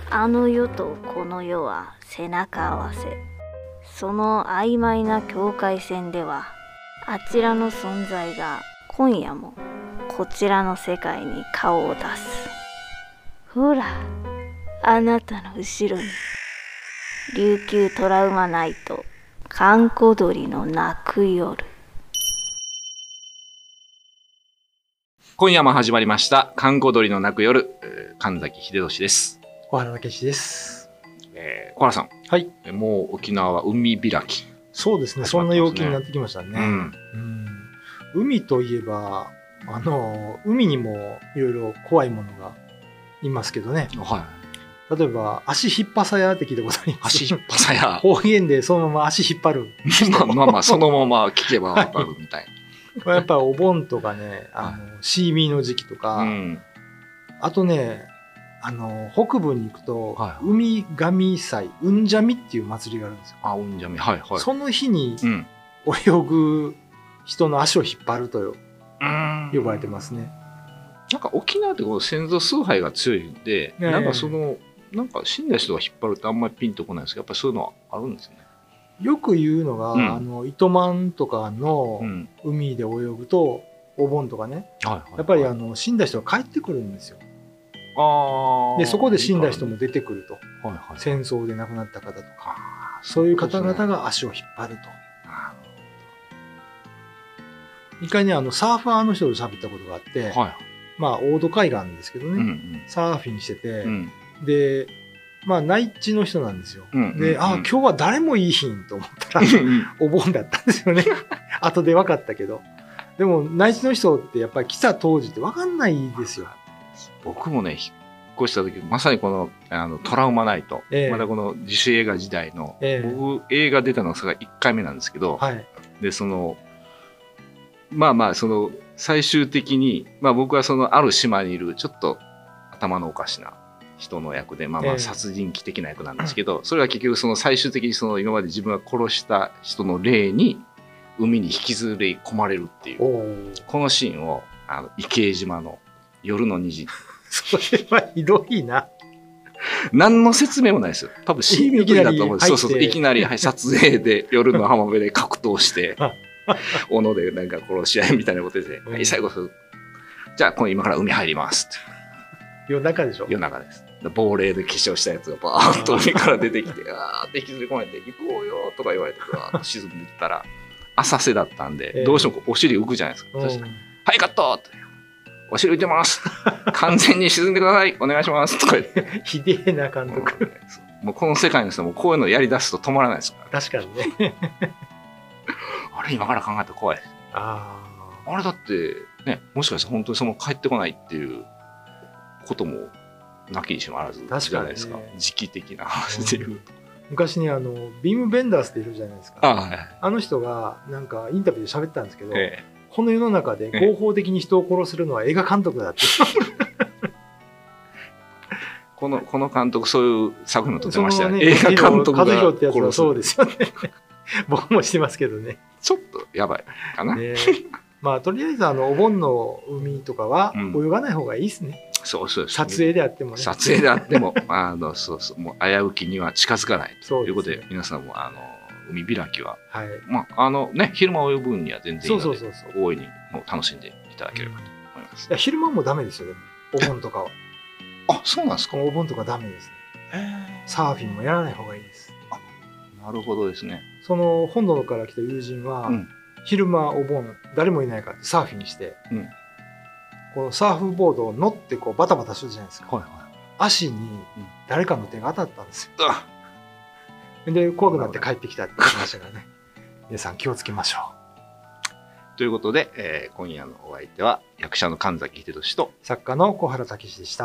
あの世とこの世は背中合わせ。その曖昧な境界線では、あちらの存在が今夜もこちらの世界に顔を出す。ほら、あなたの後ろに琉球トラウマナイト、閑古鳥の鳴く夜。 今夜も始まりました閑古鳥の鳴く夜、神崎秀俊です。 小原武史です。 小原さん、 はい。 もう沖縄は海開き。 そうですね。そんな陽気になってきましたね。海といえば、海にもいろいろ怖いものがいますけどね。 はい。 例えば、足引っ張さやって聞いたことあります。 足引っ張さや。 方言でそのまま足引っ張る。 まあ、そのまま聞けばわかるみたいな。 やっぱりお盆とかね、シーミーの時期とか、あとね、北部に行くと、海神祭、うんじゃみっていう祭りがあるんですよ。 あ、うんじゃみ、はいはい。 その日に泳ぐ人の足を引っ張ると呼ばれてますね。 なんか沖縄ってこう先祖崇拝が強いんで、なんかなんか死んだ人が引っ張るってあんまりピンとこないんですけど、やっぱりそういうのはあるんですね。 よく言うのが、糸満とかの海で泳ぐと、お盆とかね、やっぱり死んだ人が帰ってくるんですよ。でそこで死んだ人も出てくると、戦争で亡くなった方とか、そういう方々が足を引っ張ると。一回ね、サーファーの人と喋ったことがあって、まあ大戸海岸ですけどね、サーフィンしてて、でまあ内地の人なんですよ。で、今日は誰もいい日んと思ったらお盆だったんですよね。後で分かったけど、でも内地の人ってやっぱり来た当時って分かんないですよ。 僕もね、引っ越した時、まさにこのトラウマナイト、まだこの自主映画時代の、僕映画出たのが1回目なんですけど、でまあ最終的に、僕はある島にいるちょっと頭のおかしな人の役で、殺人鬼的な役なんですけど、それは結局最終的に今まで自分が殺した人の霊に海に引きずり込まれるっていう、このシーンを池江島の夜の2時。 それはひどいな。 何の説明もないですよ。多分 CM だと思うんです。そう、いきなり撮影で夜の浜辺で格闘して、斧でなんか殺し合いみたいなことで、最後、じゃあ今から海入りますって。 夜中でしょ？ 夜中です。亡霊で化粧したやつがバーッと海から出てきて、って引きずり込まれて、行こうよとか言われて、バーッと沈んでいったら、浅瀬だったんで、どうしてもお尻浮くじゃないですか。はい、カットって。お尻浮いてます完全に沈んでくださいお願いしますとか言って。 ひでえな監督。 もうこの世界の人もこういうのやりだすと止まらないですから。 確かにね。 あれ今から考えたら怖いです。あれだってね、もしかして本当に帰ってこないっていうこともなきにしもあらずじゃないですか。時期的な話でいうと。 昔にビーム・ベンダースっているじゃないですか。あの人がなんかインタビューで喋ったんですけど、この世の中で合法的に人を殺せるのは映画監督だって。 この監督そういう作品も撮ってましたよね。映画監督が殺す。和弘ってやつはそうですよね。僕もしてますけどね。 ちょっとやばいかな。 まあとりあえずお盆の海とかは泳がない方がいいですね。 そう撮影であってもね。 撮影であってももう危うきには近づかないということで、皆さんも海開きは、昼間泳ぐ分には全然いいので、大いにもう楽しんでいただければと思います。 いや昼間もダメですよ、でもお盆とかは。 あ、そうなんですか。 お盆とかダメですね。サーフィンもやらない方がいいです。 なるほどですね。 本土から来た友人は、昼間お盆誰もいないからってサーフィンして、このサーフボードを乗ってバタバタするじゃないですか。足に誰かの手が当たったんですよ。で怖くなって帰ってきたって言いましたからね。皆さん気をつけましょう。ということで、今夜のお相手は役者の神崎秀俊と作家の小原武史でした。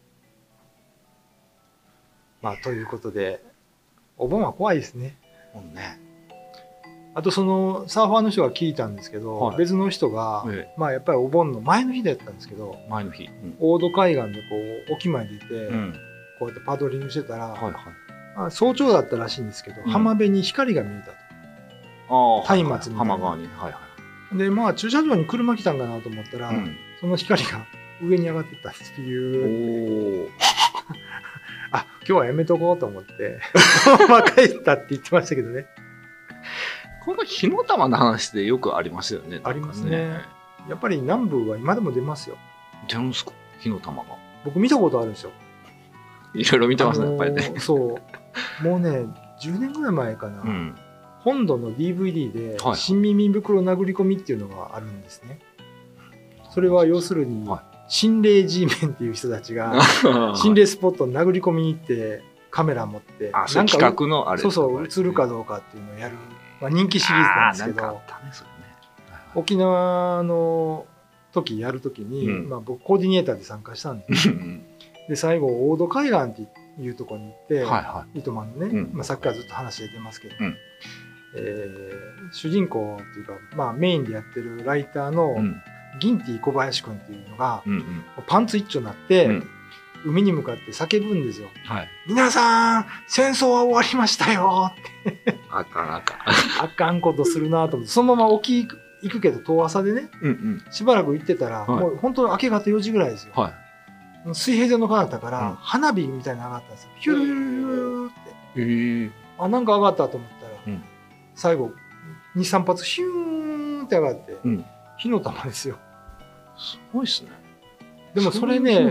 ということでお盆は怖いですね。あとサーファーの人が聞いたんですけど、別の人が、やっぱりお盆の前の日だったんですけど、大戸海岸で沖まで出て、こうやってパドリングしてたら、早朝だったらしいんですけど、浜辺に光が見えたと。松明みたいな。 浜側に。 で駐車場に車来たんかなと思ったら、その光が上に上がってったっていう。 日はやめとこうと思って帰ったって言ってましたけどね。 この火の玉の話でよくありますよね。 ありますね。やっぱり南部は今でも出ますよ。 出るんですか、火の玉が。 僕見たことあるんですよ。 いろいろ見てますね、やっぱりね。 そうもうね10年ぐらい前かな、本土の DVD で新耳袋殴り込みっていうのがあるんですね。それは要するに心霊 G メンっていう人たちが心霊スポットに殴り込みに行ってカメラ持ってなんか企画のあれそう映るかどうかっていうのをやる、人気シリーズなんですけど、沖縄の時やる時に、僕コーディネーターで参加したんですよ。で最後大戸海岸っていうところに行って、糸満のね、さっきからずっと話出てますけど、主人公っていうか、メインでやってるライターのギンティ小林君っていうのが、パンツ一丁になって、海に向かって叫ぶんですよ。皆さん戦争は終わりましたよってあかんことするなと思って、そのまま沖行くけど遠浅でね、しばらく行ってたら、もう本当に明け方4時ぐらいですよ。水平線の彼方から花火みたいなの上がったんですよ。ヒューヒューって、なんか上がったと思ったら、最後 2,3 発ヒューンって上がって、火の玉ですよ。 すごいっすね。 でもそれね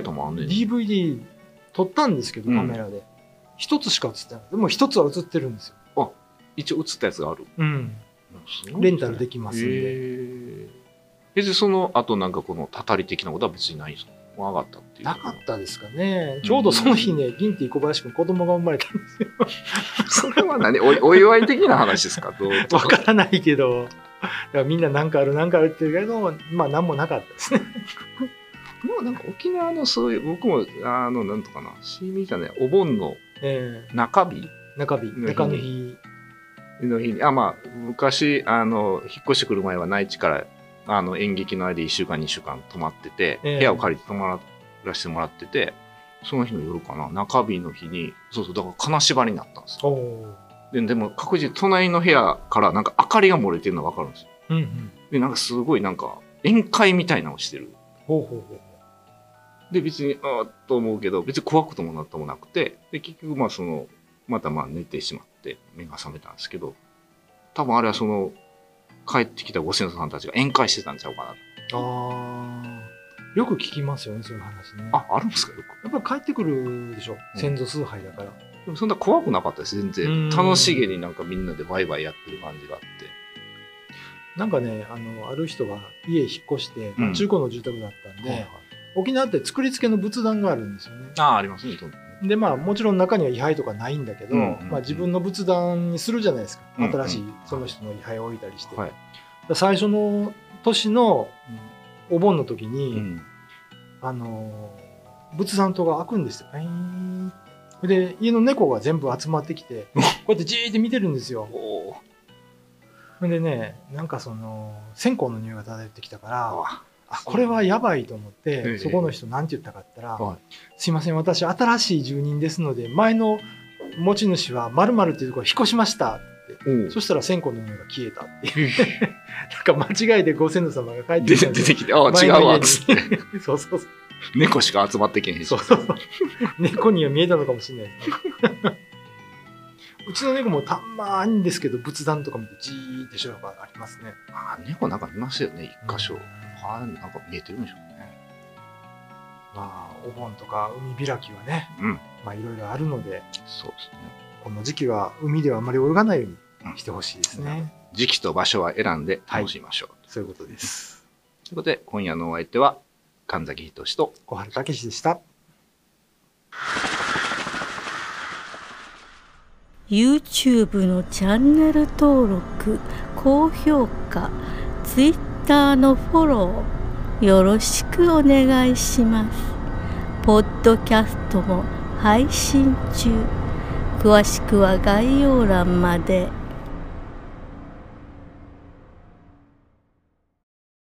DVD 撮ったんですけど、カメラで一つしか映ってない。でも一つは映ってるんですよ。 一応映ったやつがある。 レンタルできますんで。 別にその後なんかこのたたり的なことは別にないんですか。上がったっていう。 なかったですかね。ちょうどその日ね、ギンティ小林君子供が生まれたんですよ。 それは何、お祝い的な話ですか。 わからないけど、だからみんななんかあるなんかあるって言うけど、何もなかったですね。 もうなんか沖縄のそういう僕もなんとかな、じゃない、お盆の中日の日に昔引っ越してくる前は内地から演劇の間で1週間2週間泊まってて、部屋を借りて泊まらせてもらってて、その日の夜かな、中日の日にだから金縛りになったんですよ。でも確実に隣の部屋からなんか明かりが漏れてるのが分かるんですよ。でなんかすごいなんか宴会みたいなのをしてる。で別にと思うけど別に怖くともなったもなくて、で結局また寝てしまって目が覚めたんですけど、多分あれは帰ってきたご先祖さんたちが宴会してたんちゃうかな。 よく聞きますよね、そういう話ね。 あるんですか。よくやっぱり帰ってくるでしょ、先祖崇拝だから。 でもそんな怖くなかったです。全然楽しげになんかみんなでワイワイやってる感じがあって、 なんかね、ある人が家引っ越して、中古の住宅だったんで、沖縄って作り付けの仏壇があるんですよね。 ありますね。 でもちろん中には位牌とかないんだけど、自分の仏壇にするじゃないですか。新しいその人の位牌を置いたりして、最初の年のお盆の時に、仏壇塔が開くんですよ。で家の猫が全部集まってきてこうやってじーって見てるんですよ。でね、なんか線香の匂いが漂ってきたから、これはやばいと思って、そこの人なんて言ったかったら、すいません、私新しい住人ですので、前の持ち主は〇〇っていうところに引っ越しましたって。そしたら線香の匂いが消えたっていう。なんか間違いでご先祖様が帰ってきた。 出てきて、違うわっつって。 そう。 猫しか集まってけへんし。 そう。猫には見えたのかもしれないですね。うちの猫もたまにですけど、仏壇とか見てじーってしょうがありますね。 猫なんか見ますよね、一箇所。なんか見えてるんでしょうね。 お盆とか海開きはね、いろいろあるので、 そうですね。 この時期は海ではあまり泳がないようにしてほしいですね。 時期と場所は選んで楽しみましょう。 そういうことです。 ということで、今夜のお相手は神崎仁と小原武史でした。 YouTube のチャンネル登録、高評価、Twitter のフォローよろしくお願いします。ポッドキャストも配信中。詳しくは概要欄まで。